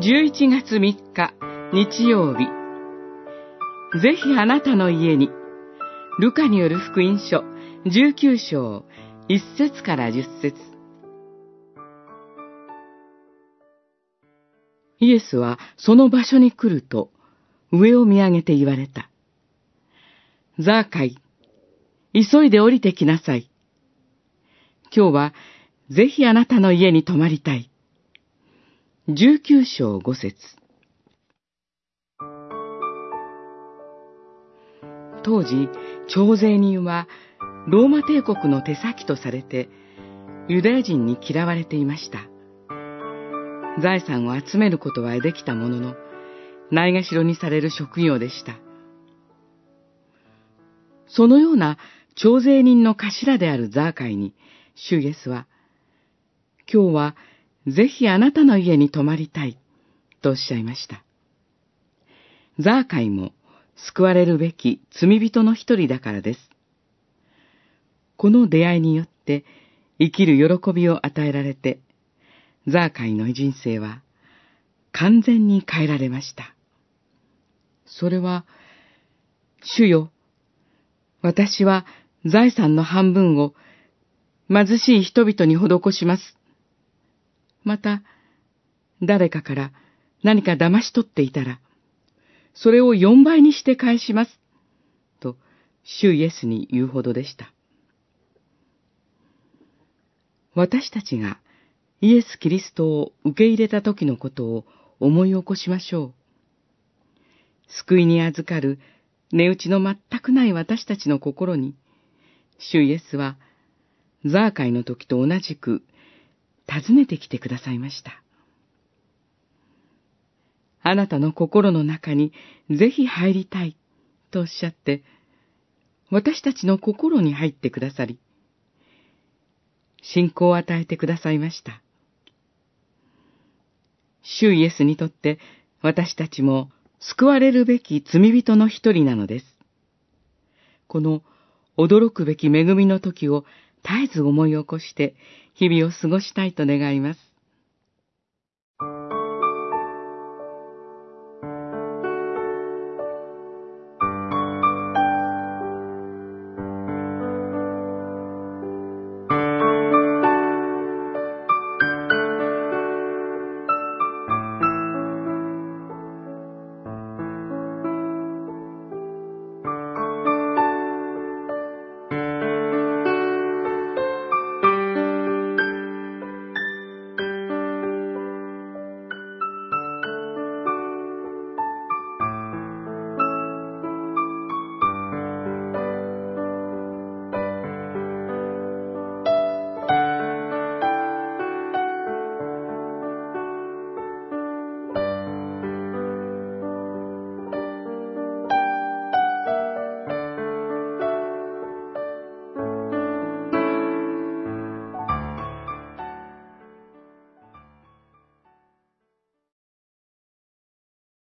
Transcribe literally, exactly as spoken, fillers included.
じゅういちがつみっか日曜日、ぜひあなたの家に、ルカによる福音書じゅうきゅうしょういっせつからじゅっせつ。イエスはその場所に来ると、上を見上げて言われた。ザーカイ、急いで降りてきなさい。今日はぜひあなたの家に泊まりたい。じゅうきゅうしょうごせつ。当時、徴税人はローマ帝国の手先とされて、ユダヤ人に嫌われていました。財産を集めることはできたものの、ないがしろにされる職業でした。そのような徴税人の頭であるザーカイに、主イエスは、今日はぜひあなたの家に泊まりたい、とおっしゃいました。ザーカイも救われるべき罪人の一人だからです。この出会いによって生きる喜びを与えられて、ザーカイの人生は完全に変えられました。それは、主よ、私は財産の半分を貧しい人々に施します。また、誰かから何か騙し取っていたら、それを四倍にして返します。と、主イエスに言うほどでした。私たちがイエス・キリストを受け入れた時のことを思い起こしましょう。救いに預かる値打ちの全くない私たちの心に、主イエスはザーカイの時と同じく訪ねてきてくださいました。あなたの心の中にぜひ入りたいとおっしゃって、私たちの心に入ってくださり、信仰を与えてくださいました。主イエスにとって私たちも救われるべき罪人の一人なのです。この驚くべき恵みの時を絶えず思い起こして日々を過ごしたいと願います。